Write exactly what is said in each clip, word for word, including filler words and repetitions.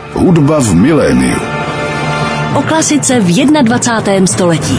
Hudba v miléniu. O klasice v dvacátém prvním století.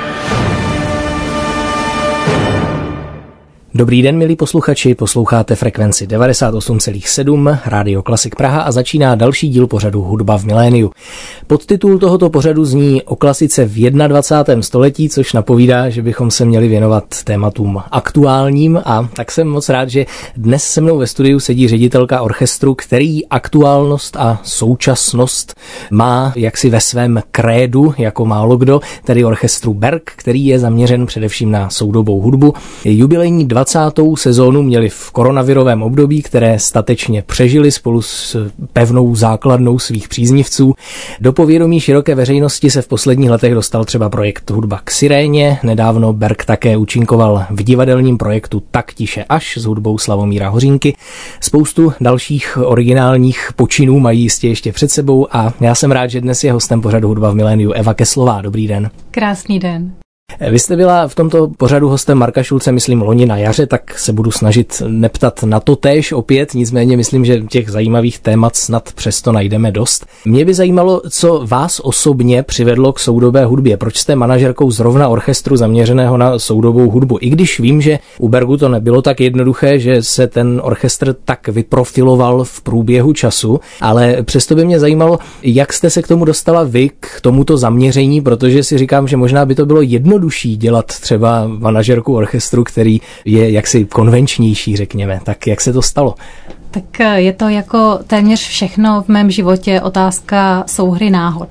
Dobrý den, milí posluchači, posloucháte frekvenci devadesát osm celá sedm Rádio Klasik Praha a začíná další díl pořadu Hudba v miléniu. Podtitul tohoto pořadu zní O klasice v dvacátém prvním století, což napovídá, že bychom se měli věnovat tématům aktuálním, a tak jsem moc rád, že dnes se mnou ve studiu sedí ředitelka orchestru, který aktuálnost a současnost má jaksi ve svém krédu jako málo kdo, tedy orchestru Berg, který je zaměřen především na soudobou hudbu. Jubilejní dvacátou sezónu měli v koronavirovém období, které statečně přežili spolu s pevnou základnou svých příznivců. Do povědomí široké veřejnosti se v posledních letech dostal třeba projekt Hudba k siréně. Nedávno Berg také účinkoval v divadelním projektu Tak tiše až s hudbou Slavomíra Hořínky. Spoustu dalších originálních počinů mají jistě ještě před sebou a já jsem rád, že dnes je hostem pořadu Hudba v miléniu Eva Keslová. Dobrý den. Krásný den. Vy jste byla v tomto pořadu hostem Marka Šulce, myslím, loni na jaře, tak se budu snažit neptat na to též opět, nicméně myslím, že těch zajímavých témat snad přesto najdeme dost. Mě by zajímalo, co vás osobně přivedlo k soudobé hudbě. Proč jste manažerkou zrovna orchestru zaměřeného na soudobou hudbu? I když vím, že u Bergu to nebylo tak jednoduché, že se ten orchestr tak vyprofiloval v průběhu času, ale přesto by mě zajímalo, jak jste se k tomu dostala vy, k tomuto zaměření, protože si říkám, že možná by to bylo jedno duší dělat třeba manažerku orchestru, který je jaksi konvenčnější, řekněme. Tak jak se to stalo? Tak je to jako téměř všechno v mém životě otázka souhry náhod.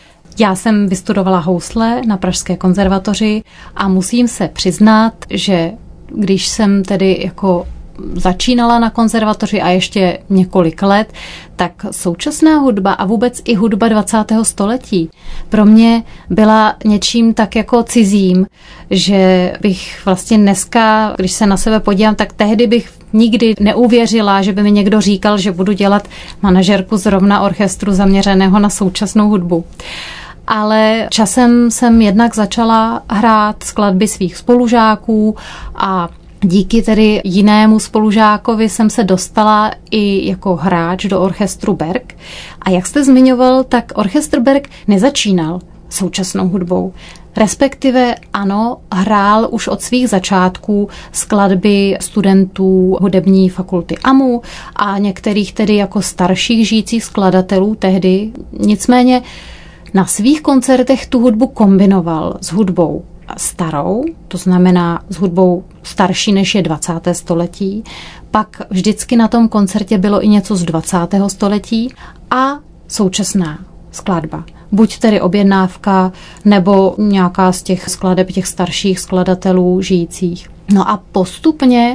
Já jsem vystudovala housle na Pražské konzervatoři a musím se přiznat, že když jsem tedy jako začínala na konzervatoři a ještě několik let, tak současná hudba a vůbec i hudba dvacátého století pro mě byla něčím tak jako cizím, že bych vlastně dneska, když se na sebe podívám, tak tehdy bych nikdy neuvěřila, že by mi někdo říkal, že budu dělat manažerku zrovna orchestru zaměřeného na současnou hudbu. Ale časem jsem jednak začala hrát skladby svých spolužáků a díky tedy jinému spolužákovi jsem se dostala i jako hráč do orchestru Berg. A jak jste zmiňoval, tak orchestr Berg nezačínal současnou hudbou. Respektive ano, hrál už od svých začátků skladby studentů hudební fakulty A M U a některých tedy jako starších žijících skladatelů tehdy. Nicméně na svých koncertech tu hudbu kombinoval s hudbou starou, to znamená s hudbou starší než je dvacáté století. Pak vždycky na tom koncertě bylo i něco z dvacátého století a současná skladba. Buď tedy objednávka, nebo nějaká z těch skladeb těch starších skladatelů žijících. No a postupně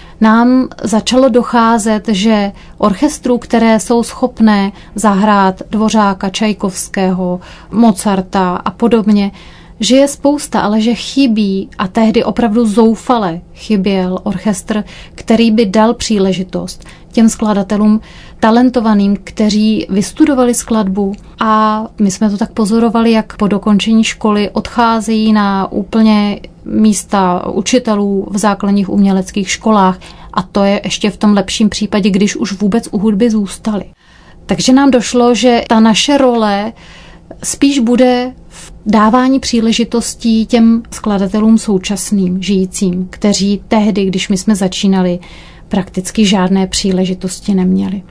nám začalo docházet, že orchestrů, které jsou schopné zahrát Dvořáka, Čajkovského, Mozarta a podobně, že je spousta, ale že chybí a tehdy opravdu zoufale chyběl orchestr, který by dal příležitost těm skladatelům talentovaným, kteří vystudovali skladbu a my jsme to tak pozorovali, jak po dokončení školy odcházejí na úplně místa učitelů v základních uměleckých školách a to je ještě v tom lepším případě, když už vůbec u hudby zůstali. Takže nám došlo, že ta naše role spíš bude v dávání příležitostí těm skladatelům současným, žijícím, kteří tehdy, když my jsme začínali, prakticky žádné příležitosti neměli.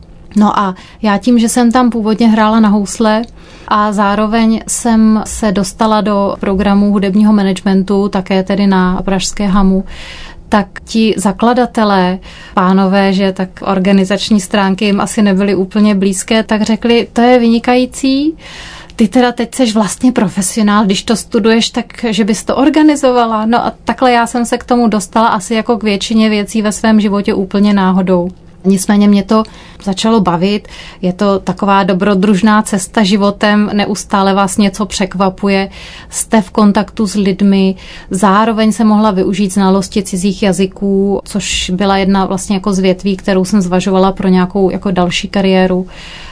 No a já tím, že jsem tam původně hrála na housle a zároveň jsem se dostala do programu hudebního managementu, také tedy na pražské hamu, tak ti zakladatelé, pánové, že tak organizační stránky jim asi nebyly úplně blízké, tak řekli, to je vynikající, ty teda teď seš vlastně profesionál, když to studuješ, tak že bys to organizovala. No a takhle já jsem se k tomu dostala asi jako k většině věcí ve svém životě úplně náhodou. Nicméně mě to začalo bavit, je to taková dobrodružná cesta životem, neustále vás něco překvapuje, jste v kontaktu s lidmi, zároveň se mohla využít znalosti cizích jazyků, což byla jedna vlastně jako z větví, kterou jsem zvažovala pro nějakou jako další kariéru.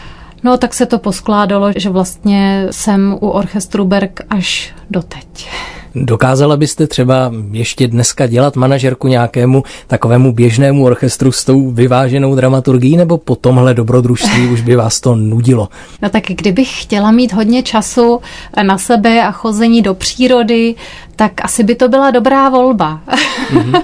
No tak se to poskládalo, že vlastně jsem u orchestru Berg až doteď. Dokázala byste třeba ještě dneska dělat manažerku nějakému takovému běžnému orchestru s tou vyváženou dramaturgií, nebo po tomhle dobrodružství už by vás to nudilo? No tak kdybych chtěla mít hodně času na sebe a chození do přírody, tak asi by to byla dobrá volba. Mm-hmm.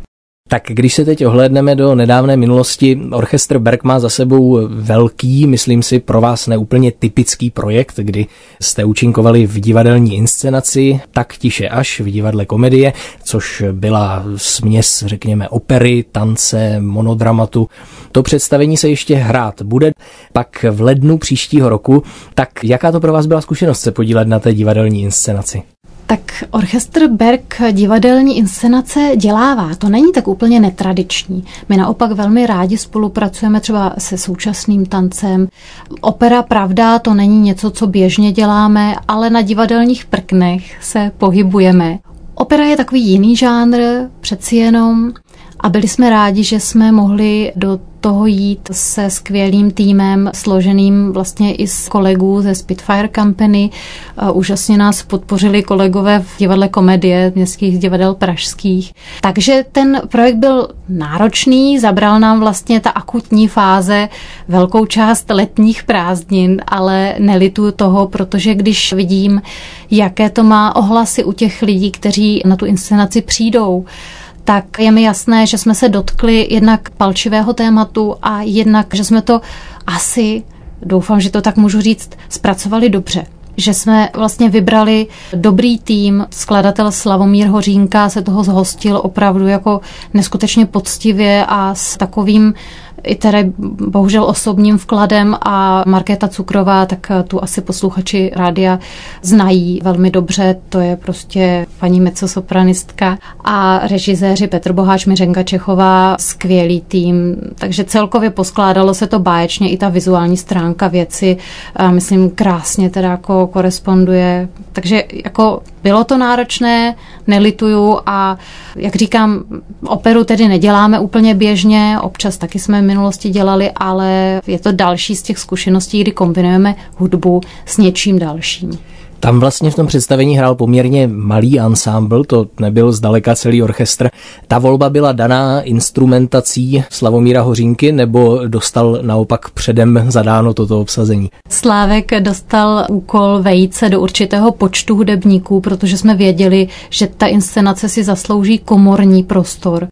Tak když se teď ohlédneme do nedávné minulosti, orchestr Berg má za sebou velký, myslím si, pro vás neúplně typický projekt, kdy jste účinkovali v divadelní inscenaci Tak tiše až v divadle Komedie, což byla směs, řekněme, opery, tance, monodramatu. To představení se ještě hrát bude, pak v lednu příštího roku. Tak jaká to pro vás byla zkušenost se podílet na té divadelní inscenaci? Tak orchestr Berg divadelní inscenace dělává. To není tak úplně netradiční. My naopak velmi rádi spolupracujeme třeba se současným tancem. Opera, pravda, to není něco, co běžně děláme, ale na divadelních prknech se pohybujeme. Opera je takový jiný žánr, přeci jenom. A byli jsme rádi, že jsme mohli do toho jít se skvělým týmem, složeným vlastně i z kolegů ze Spitfire Company. Úžasně nás podpořili kolegové v divadle Komedie, městských divadel pražských. Takže ten projekt byl náročný, zabral nám vlastně ta akutní fáze velkou část letních prázdnin, ale nelituju toho, protože když vidím, jaké to má ohlasy u těch lidí, kteří na tu inscenaci přijdou, tak je mi jasné, že jsme se dotkli jednak palčivého tématu a jednak, že jsme to asi, doufám, že to tak můžu říct, zpracovali dobře. Že jsme vlastně vybrali dobrý tým, skladatel Slavomír Hořínka se toho zhostil opravdu jako neskutečně poctivě a s takovým i tedy bohužel osobním vkladem, a Markéta Cukrová, tak tu asi posluchači rádia znají velmi dobře, to je prostě paní mezzosopranistka, a režiséři Petr Boháč, Miřenka Čechová, skvělý tým, takže celkově poskládalo se to báječně, i ta vizuální stránka věci, myslím, krásně teda jako koresponduje, takže jako bylo to náročné, nelituju, a jak říkám, operu tedy neděláme úplně běžně, občas taky jsme v minulosti dělali, ale je to další z těch zkušeností, kdy kombinujeme hudbu s něčím dalším. Tam vlastně v tom představení hrál poměrně malý ansámbl, to nebyl zdaleka celý orchestr. Ta volba byla daná instrumentací Slavomíra Hořínky, nebo dostal naopak předem zadáno toto obsazení? Slávek dostal úkol vejít se do určitého počtu hudebníků, protože jsme věděli, že ta inscenace si zaslouží komorní prostor,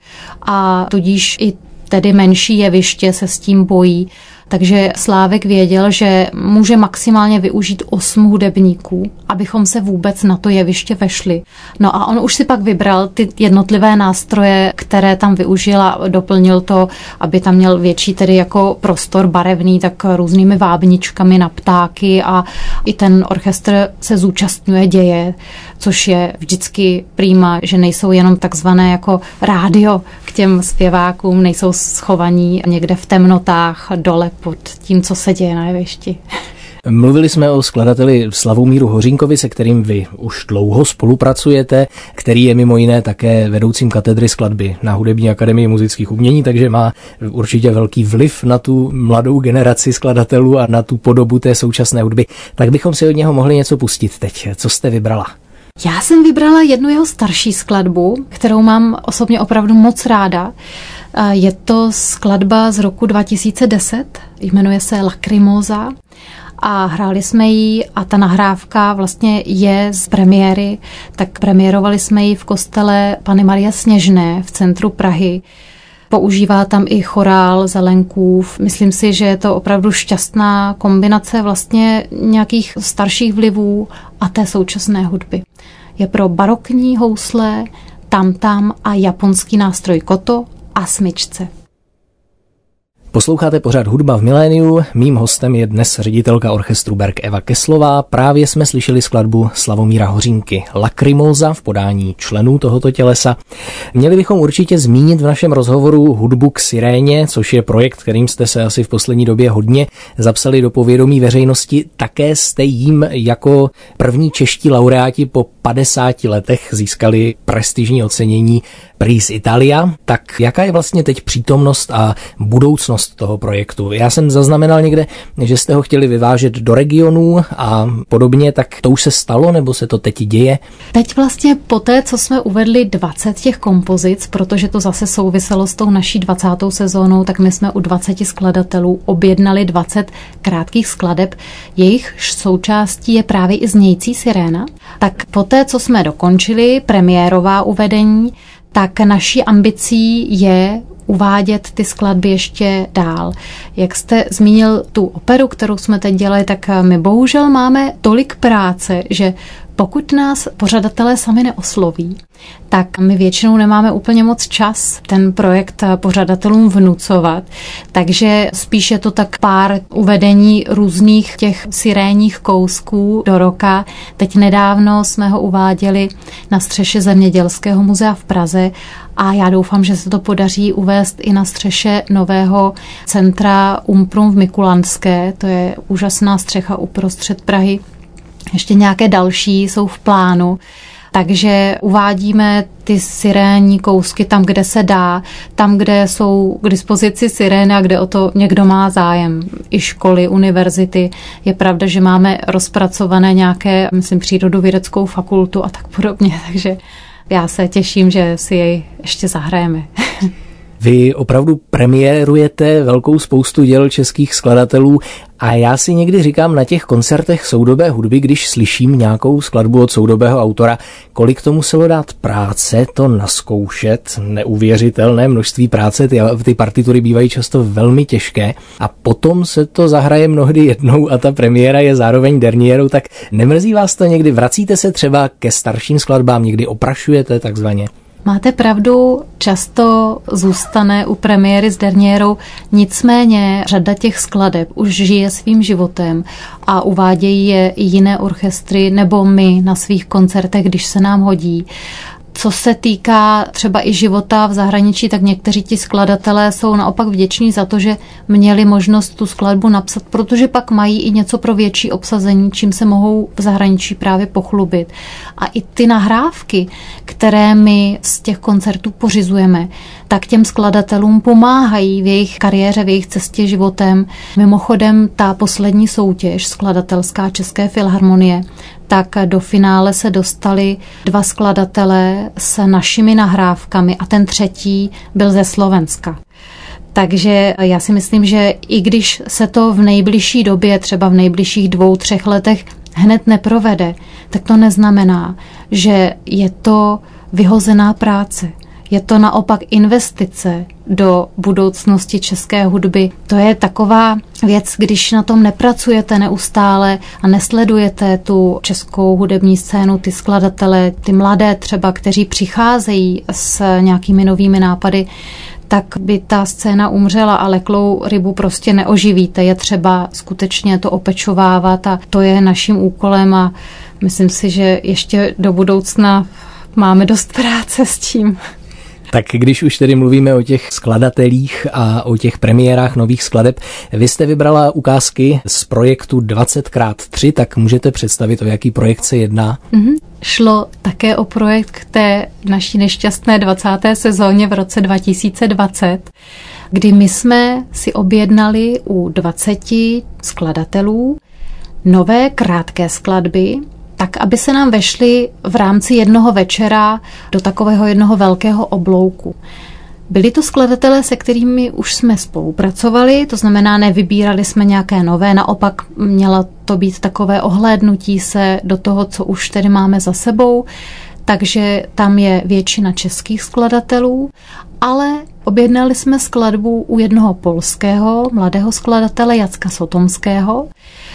a tudíž i tedy menší jeviště se s tím bojí. Takže Slávek věděl, že může maximálně využít osm hudebníků, abychom se vůbec na to jeviště vešli. No a on už si pak vybral ty jednotlivé nástroje, které tam využil, a doplnil to, aby tam měl větší tedy jako prostor barevný, tak různými vábničkami na ptáky, a i ten orchestr se zúčastňuje děje, což je vždycky prima, že nejsou jenom takzvané jako rádio k těm zpěvákům, nejsou schovaní někde v temnotách dole pod tím, co se děje na jevišti. Mluvili jsme o skladateli Slavomíru Hořínkovi, se kterým vy už dlouho spolupracujete, který je mimo jiné také vedoucím katedry skladby na Hudební akademii muzických umění, takže má určitě velký vliv na tu mladou generaci skladatelů a na tu podobu té současné hudby. Tak bychom si od něho mohli něco pustit teď. Co jste vybrala? Já jsem vybrala jednu jeho starší skladbu, kterou mám osobně opravdu moc ráda. Je to skladba z roku dva tisíce deset, jmenuje se Lacrimosa, a hráli jsme ji, a ta nahrávka vlastně je z premiéry, tak premiérovali jsme ji v kostele Panny Marie Sněžné v centru Prahy. Používá tam i chorál Zelenkův. Myslím si, že je to opravdu šťastná kombinace vlastně nějakých starších vlivů a té současné hudby. Je pro barokní housle, tamtam a japonský nástroj koto a smyčce. Posloucháte pořad Hudba v miléniu, mým hostem je dnes ředitelka orchestru Berg Eva Keslová. Právě jsme slyšeli skladbu Slavomíra Hořínky Lacrimosa v podání členů tohoto tělesa. Měli bychom určitě zmínit v našem rozhovoru hudbu k Siréně, což je projekt, kterým jste se asi v poslední době hodně zapsali do povědomí veřejnosti. Také jste jím jako první čeští laureáti po padesáti letech získali prestižní ocenění Prix Italia. Tak jaká je vlastně teď přítomnost a budoucnost velikost toho projektu. Já jsem zaznamenal někde, že jste ho chtěli vyvážet do regionů a podobně, tak to už se stalo, nebo se to teď děje? Teď vlastně po té, co jsme uvedli dvacet těch kompozic, protože to zase souviselo s tou naší dvacátou sezónou, tak my jsme u dvaceti skladatelů objednali dvacet krátkých skladeb. Jejich součástí je právě i Znějící siréna. Tak po té, co jsme dokončili premiérová uvedení, tak naší ambicí je uvádět ty skladby ještě dál. Jak jste zmínil tu operu, kterou jsme teď dělali, tak my bohužel máme tolik práce, že pokud nás pořadatelé sami neosloví, tak my většinou nemáme úplně moc čas ten projekt pořadatelům vnucovat, takže spíš je to tak pár uvedení různých těch sirénních kousků do roka. Teď nedávno jsme ho uváděli na střeše Zemědělského muzea v Praze a já doufám, že se to podaří uvést i na střeše nového centra Umprum v Mikulandské, to je úžasná střecha uprostřed Prahy. Ještě nějaké další jsou v plánu, takže uvádíme ty sirénní kousky tam, kde se dá, tam, kde jsou k dispozici sirény a kde o to někdo má zájem. I školy, univerzity. Je pravda, že máme rozpracované nějaké, myslím, přírodovědeckou fakultu a tak podobně, takže já se těším, že si jej ještě zahrajeme. Vy opravdu premiérujete velkou spoustu děl českých skladatelů a já si někdy říkám na těch koncertech soudobé hudby, když slyším nějakou skladbu od soudobého autora, kolik to muselo dát práce, to nazkoušet, neuvěřitelné množství práce, ty, ty partitury bývají často velmi těžké a potom se to zahraje mnohdy jednou a ta premiéra je zároveň derniérou, tak nemrzí vás to někdy? Vracíte se třeba ke starším skladbám, někdy oprašujete takzvaně? Máte pravdu, často zůstane u premiéry s derniérou, nicméně řada těch skladeb už žije svým životem a uvádějí je i jiné orchestry nebo my na svých koncertech, když se nám hodí. Co se týká třeba i života v zahraničí, tak někteří ti skladatelé jsou naopak vděční za to, že měli možnost tu skladbu napsat, protože pak mají i něco pro větší obsazení, čím se mohou v zahraničí právě pochlubit. A i ty nahrávky, které my z těch koncertů pořizujeme, tak těm skladatelům pomáhají v jejich kariéře, v jejich cestě životem. Mimochodem ta poslední soutěž skladatelská České filharmonie, tak do finále se dostali dva skladatelé s našimi nahrávkami a ten třetí byl ze Slovenska. Takže já si myslím, že i když se to v nejbližší době, třeba v nejbližších dvou, třech letech hned neprovede, tak to neznamená, že je to vyhozená práce. Je to naopak investice do budoucnosti české hudby. To je taková věc, když na tom nepracujete neustále a nesledujete tu českou hudební scénu, ty skladatele, ty mladé třeba, kteří přicházejí s nějakými novými nápady, tak by ta scéna umřela a leklou rybu prostě neoživíte. Je třeba skutečně to opečovávat a to je naším úkolem a myslím si, že ještě do budoucna máme dost práce s tím. Tak když už tedy mluvíme o těch skladatelích a o těch premiérách nových skladeb, vy jste vybrala ukázky z projektu dvacet krát tři, tak můžete představit, o jaký projekt se jedná? Mm-hmm. Šlo také o projekt k té naší nešťastné dvacáté sezóně v roce dva tisíce dvacet, kdy my jsme si objednali u dvaceti skladatelů nové krátké skladby, tak aby se nám vešly v rámci jednoho večera do takového jednoho velkého oblouku. Byli to skladatelé, se kterými už jsme spolupracovali, to znamená, nevybírali jsme nějaké nové, naopak mělo to být takové ohlédnutí se do toho, co už tedy máme za sebou, takže tam je většina českých skladatelů, ale objednali jsme skladbu u jednoho polského mladého skladatele Jacka Sotomského,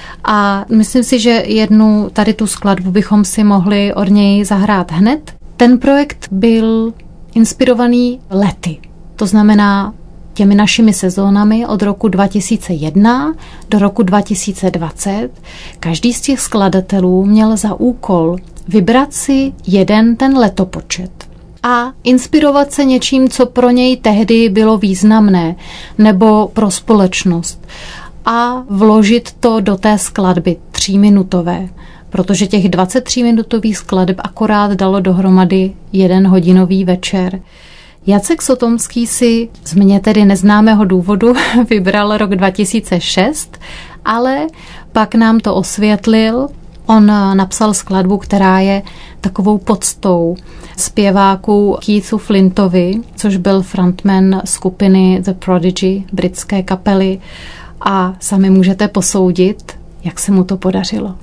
a myslím si, že jednu tady tu skladbu bychom si mohli od něj zahrát hned. Ten projekt byl inspirovaný lety, to znamená těmi našimi sezónami od roku dva tisíce jedna do roku dva tisíce dvacet. Každý z těch skladatelů měl za úkol vybrat si jeden ten letopočet a inspirovat se něčím, co pro něj tehdy bylo významné, nebo pro společnost. A vložit to do té skladby tříminutové, protože těch dvacet tří minutových skladeb akorát dalo dohromady jeden hodinový večer. Jacek Sotomský si z mě tedy neznámého důvodu vybral rok dva tisíce šest, ale pak nám to osvětlil. On napsal skladbu, která je takovou poctou zpěváku Keithu Flintovi, což byl frontman skupiny The Prodigy, britské kapely, a sami můžete posoudit, jak se mu to podařilo.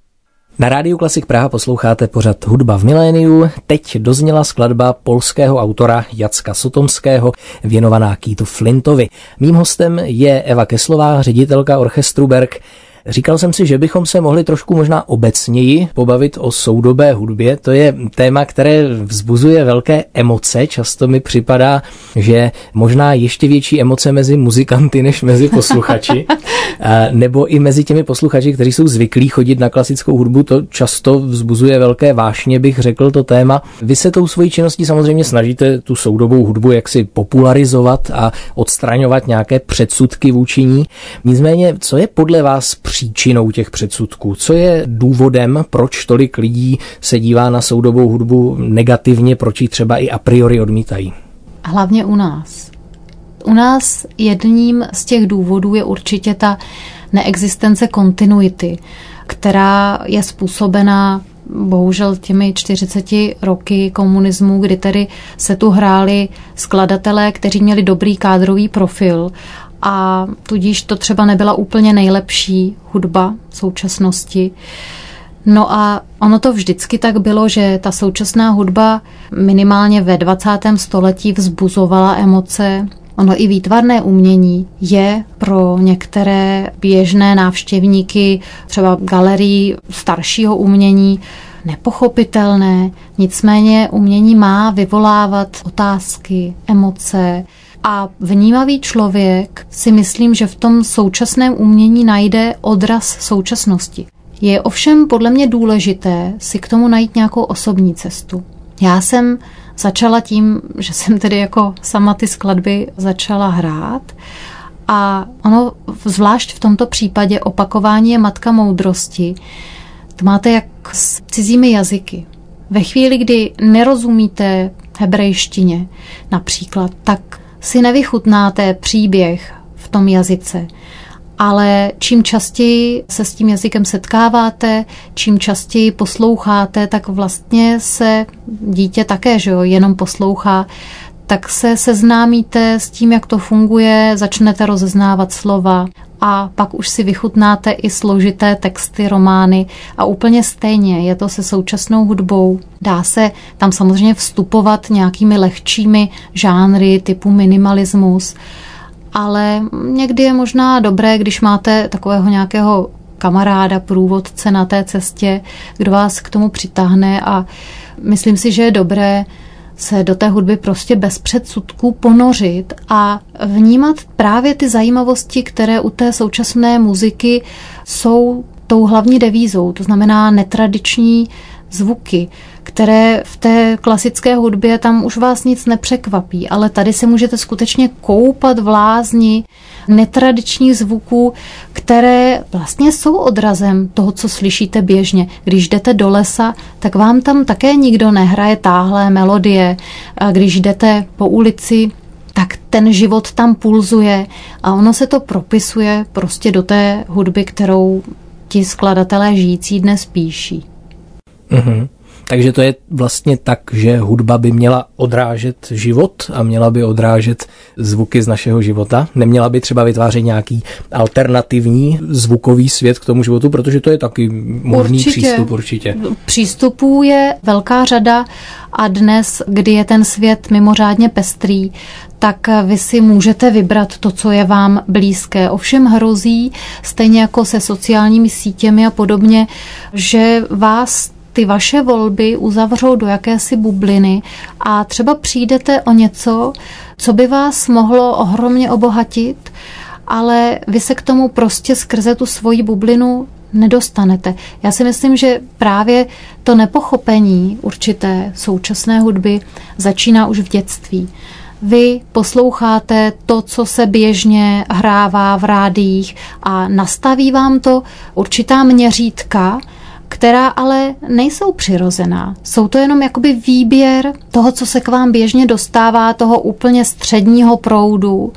Na Rádiu Klasik Praha posloucháte pořad Hudba v miléniu. Teď dozněla skladba polského autora Jacka Sotomského věnovaná Keithu Flintovi. Mým hostem je Eva Keslová, ředitelka orchestru Berg. Říkal jsem si, že bychom se mohli trošku možná obecněji pobavit o soudobé hudbě. To je téma, které vzbuzuje velké emoce. Často mi připadá, že možná ještě větší emoce mezi muzikanty než mezi posluchači. Nebo i mezi těmi posluchači, kteří jsou zvyklí chodit na klasickou hudbu. To často vzbuzuje velké vášně, bych řekl, to téma. Vy se tou svojí činností samozřejmě snažíte tu soudobou hudbu jaksi popularizovat a odstraňovat nějaké předsudky vůči ní. Nicméně, co je podle vás příčinou těch předsudků? Co je důvodem, proč tolik lidí se dívá na soudobou hudbu negativně, proč ji třeba i a priori odmítají? Hlavně u nás. U nás jedním z těch důvodů je určitě ta neexistence kontinuity, která je způsobená bohužel těmi čtyřiceti roky komunismu, kdy tedy se tu hráli skladatelé, kteří měli dobrý kádrový profil, a tudíž to třeba nebyla úplně nejlepší hudba v současnosti. No a ono to vždycky tak bylo, že ta současná hudba minimálně ve dvacátém století vzbuzovala emoce. Ono i výtvarné umění je pro některé běžné návštěvníky třeba galerií staršího umění nepochopitelné. Nicméně umění má vyvolávat otázky, emoce. A vnímavý člověk si myslím, že v tom současném umění najde odraz současnosti. Je ovšem podle mě důležité si k tomu najít nějakou osobní cestu. Já jsem začala tím, že jsem tedy jako sama ty skladby začala hrát, a ono zvlášť v tomto případě opakování je matka moudrosti. To máte jak s cizími jazyky. Ve chvíli, kdy nerozumíte hebrejštině například, tak si nevychutnáte příběh v tom jazyce. Ale čím častěji se s tím jazykem setkáváte, čím častěji posloucháte, tak vlastně se dítě také, že jo, jenom poslouchá, tak se seznámíte s tím, jak to funguje, začnete rozeznávat slova a pak už si vychutnáte i složité texty, romány, a úplně stejně je to se současnou hudbou. Dá se tam samozřejmě vstupovat nějakými lehčími žánry typu minimalismus, ale někdy je možná dobré, když máte takového nějakého kamaráda, průvodce na té cestě, kdo vás k tomu přitáhne, a myslím si, že je dobré se do té hudby prostě bez předsudků ponořit a vnímat právě ty zajímavosti, které u té současné muziky jsou tou hlavní devízou, to znamená netradiční zvuky, které v té klasické hudbě tam už vás nic nepřekvapí, ale tady se můžete skutečně koupat v lázni netradičních zvuků, které vlastně jsou odrazem toho, co slyšíte běžně. Když jdete do lesa, tak vám tam také nikdo nehraje táhlé melodie. A když jdete po ulici, tak ten život tam pulzuje a ono se to propisuje prostě do té hudby, kterou ti skladatelé žijící dnes píší. Mhm. Takže to je vlastně tak, že hudba by měla odrážet život a měla by odrážet zvuky z našeho života. Neměla by třeba vytvářet nějaký alternativní zvukový svět k tomu životu, protože to je taky možný určitě. přístup určitě. Přístupů je velká řada a dnes, kdy je ten svět mimořádně pestrý, tak vy si můžete vybrat to, co je vám blízké. Ovšem hrozí, stejně jako se sociálními sítěmi a podobně, že vás ty vaše volby uzavřou do jakési bubliny a třeba přijdete o něco, co by vás mohlo ohromně obohatit, ale vy se k tomu prostě skrze tu svoji bublinu nedostanete. Já si myslím, že právě to nepochopení určité současné hudby začíná už v dětství. Vy posloucháte to, co se běžně hrává v rádiích a nastaví vám to určitá měřítka, která ale nejsou přirozená. Jsou to jenom jakoby výběr toho, co se k vám běžně dostává, toho úplně středního proudu.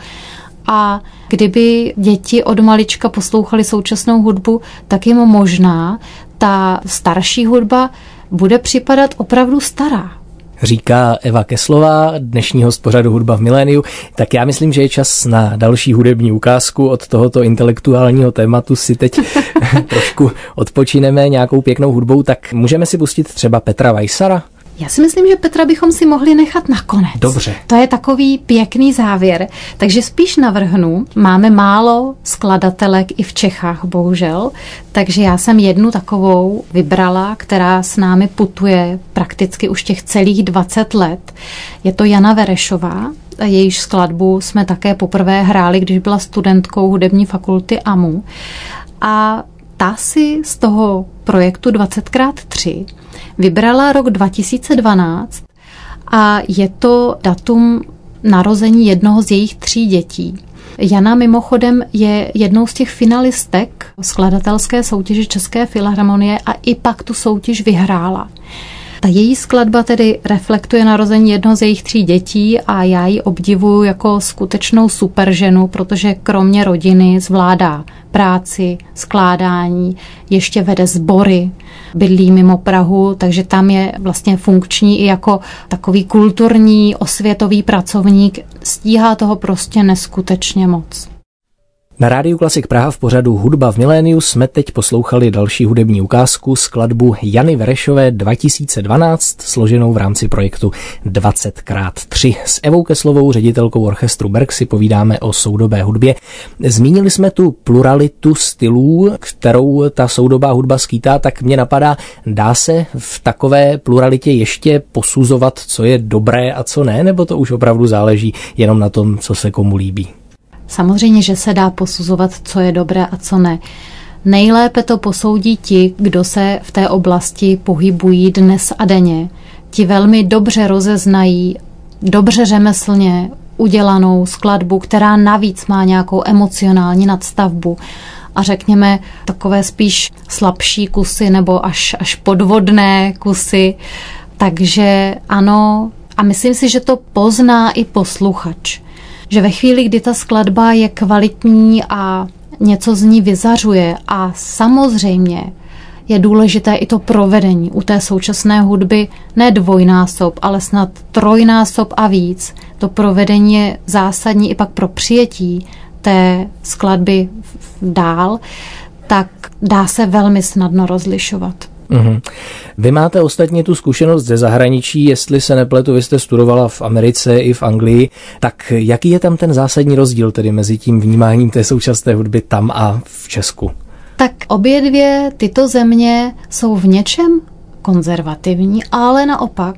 A kdyby děti od malička poslouchaly současnou hudbu, tak jim možná ta starší hudba bude připadat opravdu stará. Říká Eva Keslová, dnešní host pořadu Hudba v miléniu. Tak já myslím, že je čas na další hudební ukázku. Od tohoto intelektuálního tématu si teď trošku odpočineme nějakou pěknou hudbou, tak můžeme si pustit třeba Petra Weissara? Já si myslím, že Petra bychom si mohli nechat nakonec. Dobře. To je takový pěkný závěr. Takže spíš navrhnu, máme málo skladatelek i v Čechách, bohužel, takže já jsem jednu takovou vybrala, která s námi putuje prakticky už těch celých dvacet let. Je to Jana Verešová, jejíž skladbu jsme také poprvé hráli, když byla studentkou hudební fakulty A M U. A ta si z toho projektu dvacet krát tři vybrala rok dva tisíce dvanáct a je to datum narození jednoho z jejich tří dětí. Jana mimochodem je jednou z těch finalistek skladatelské soutěže České filharmonie a i pak tu soutěž vyhrála. Ta její skladba tedy reflektuje narození jednoho z jejich tří dětí a já ji obdivuju jako skutečnou superženu, protože kromě rodiny zvládá práci, skládání, ještě vede sbory, bydlí mimo Prahu, takže tam je vlastně funkční i jako takový kulturní osvětový pracovník. Stíhá toho prostě neskutečně moc. Na Rádiu Klasik Praha v pořadu Hudba v miléniu jsme teď poslouchali další hudební ukázku, skladbu Jany Verešové dva tisíce dvanáct, složenou v rámci projektu dvacet krát tři. S Evou Keslovou, ředitelkou orchestru Berg, si povídáme o soudobé hudbě. Zmínili jsme tu pluralitu stylů, kterou ta soudobá hudba skýtá, tak mě napadá, dá se v takové pluralitě ještě posuzovat, co je dobré a co ne, nebo to už opravdu záleží jenom na tom, co se komu líbí? Samozřejmě, že se dá posuzovat, co je dobré a co ne. Nejlépe to posoudí ti, kdo se v té oblasti pohybují dnes a denně. Ti velmi dobře rozeznají, dobře řemeslně udělanou skladbu, která navíc má nějakou emocionální nadstavbu. A řekněme takové spíš slabší kusy nebo až, až podvodné kusy. Takže ano, a myslím si, že to pozná i posluchač. Že ve chvíli, kdy ta skladba je kvalitní a něco z ní vyzařuje a samozřejmě je důležité i to provedení u té současné hudby, ne dvojnásob, ale snad trojnásob a víc. To provedení je zásadní i pak pro přijetí té skladby dál, tak dá se velmi snadno rozlišovat. Uhum. Vy máte ostatně tu zkušenost ze zahraničí, jestli se nepletu, vy jste studovala v Americe i v Anglii, tak jaký je tam ten zásadní rozdíl tedy mezi tím vnímáním té současné hudby tam a v Česku? Tak obě dvě tyto země jsou v něčem konzervativní, ale naopak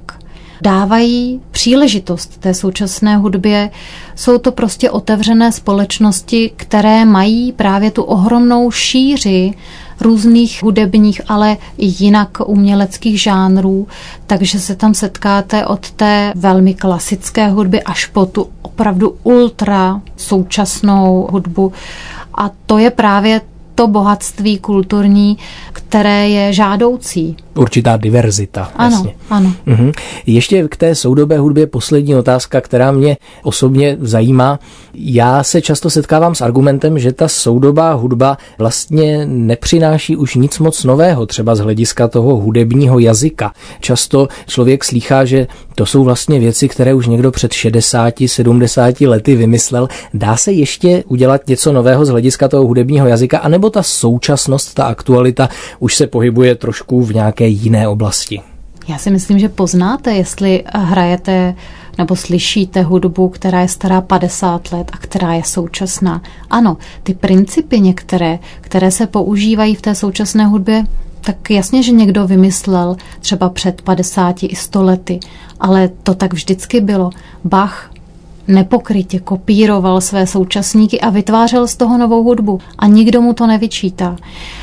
dávají příležitost té současné hudbě. Jsou to prostě otevřené společnosti, které mají právě tu ohromnou šíři různých hudebních, ale i jinak uměleckých žánrů, takže se tam setkáte od té velmi klasické hudby až po tu opravdu ultra současnou hudbu. A to je právě to bohatství kulturní, které je žádoucí. Určitá diverzita. Ano, jasně. ano. Uhum. Ještě k té soudobé hudbě poslední otázka, která mě osobně zajímá. Já se často setkávám s argumentem, že ta soudobá hudba vlastně nepřináší už nic moc nového, třeba z hlediska toho hudebního jazyka. Často člověk slýchá, že to jsou vlastně věci, které už někdo před šedesáti, sedmdesáti lety vymyslel. Dá se ještě udělat něco nového z hlediska toho hudebního jazyka, anebo ta současnost, ta aktualita už se pohybuje trošku v nějaké jiné oblasti? Já si myslím, že poznáte, jestli hrajete nebo slyšíte hudbu, která je stará padesát let a která je současná. Ano, ty principy některé, které se používají v té současné hudbě, tak jasně, že někdo vymyslel třeba před padesáti i sto lety, ale to tak vždycky bylo. Bach nepokrytě kopíroval své současníky a vytvářel z toho novou hudbu a nikdo mu to nevyčítá.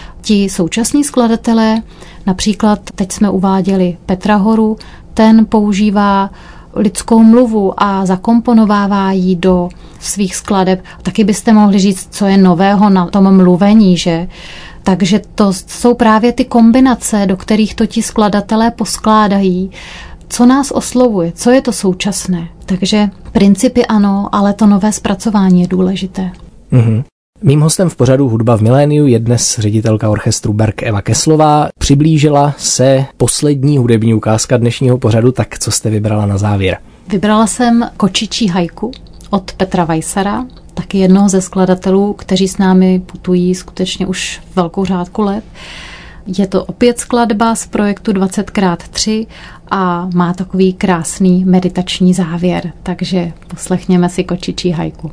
Ti současní skladatelé, například teď jsme uváděli Petra Horu, ten používá lidskou mluvu a zakomponovává ji do svých skladeb. Taky byste mohli říct, co je nového na tom mluvení, že Takže to jsou právě ty kombinace, do kterých to ti skladatelé poskládají, co nás oslovuje, co je to současné. Takže principy ano, ale to nové zpracování je důležité. Mm-hmm. Mým hostem v pořadu Hudba v miléniu je dnes ředitelka orchestru Berg Eva Kesslová. Přiblížila se poslední hudební ukázka dnešního pořadu, tak co jste vybrala na závěr? Vybrala jsem Kočičí hajku od Petra Weissera, taky jednoho ze skladatelů, kteří s námi putují skutečně už velkou řádku let. Je to opět skladba z projektu dvacet krát tři a má takový krásný meditační závěr, takže poslechněme si Kočičí hajku.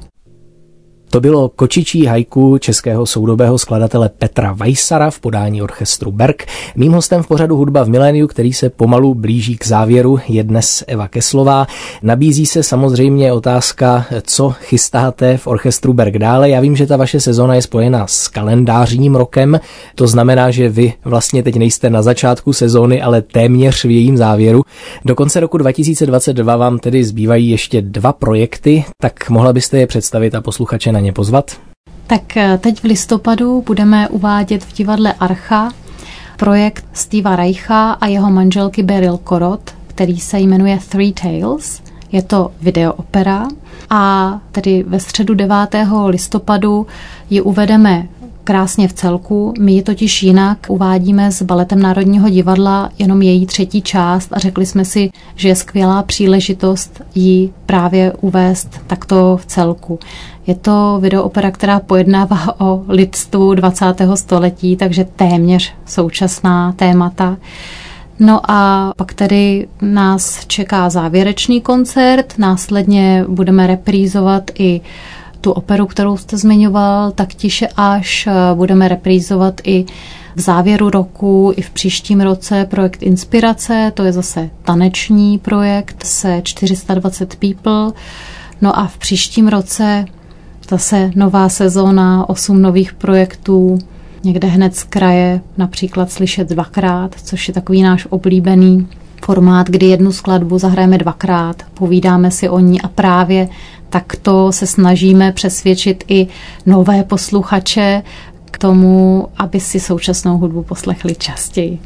To bylo Kočičí hajku českého soudobého skladatele Petra Weissera v podání orchestru Berg. Mým hostem v pořadu Hudba v miléniu, který se pomalu blíží k závěru, je dnes Eva Kesslová. Nabízí se samozřejmě otázka, co chystáte v orchestru Berg dále. Já vím, že ta vaše sezona je spojena s kalendářním rokem. To znamená, že vy vlastně teď nejste na začátku sezóny, ale téměř v jejím závěru. Do konce roku dva tisíce dvacet dva vám tedy zbývají ještě dva projekty, tak mohla byste je představit a posluchače na ně pozvat? Tak teď v listopadu budeme uvádět v divadle Archa projekt Steva Reicha a jeho manželky Beryl Korot, který se jmenuje Three Tales. Je to videoopera a tedy ve středu devátého listopadu ji uvedeme krásně v celku. My ji totiž jinak uvádíme s Baletem Národního divadla jenom její třetí část a řekli jsme si, že je skvělá příležitost ji právě uvést takto v celku. Je to videoopera, která pojednává o lidstvu dvacátého století, takže téměř současná témata. No a pak tedy nás čeká závěrečný koncert, následně budeme reprízovat i tu operu, kterou jste zmiňoval, tak tiše až budeme reprízovat i v závěru roku, i v příštím roce projekt Inspirace, to je zase taneční projekt se čtyři sta dvacet people. No a v příštím roce zase nová sezóna, osm nových projektů, někde hned z kraje, například Slyšet dvakrát, což je takový náš oblíbený formát, kdy jednu skladbu zahrajeme dvakrát, povídáme si o ní a právě takto se snažíme přesvědčit i nové posluchače k tomu, aby si současnou hudbu poslechli častěji.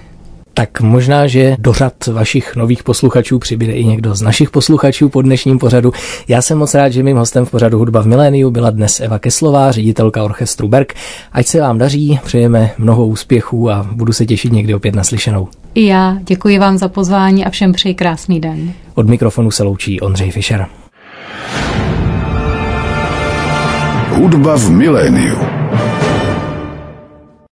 Tak možná, že do řad vašich nových posluchačů přibyde i někdo z našich posluchačů po dnešním pořadu. Já jsem moc rád, že mým hostem v pořadu Hudba v miléniu byla dnes Eva Kesslová, ředitelka orchestru Berg. Ať se vám daří, přejeme mnoho úspěchů a budu se těšit někdy opět naslyšenou. I já děkuji vám za pozvání a všem přeji krásný den. Od mikrofonu se loučí Ondřej Fischer. Hudba v miléniu.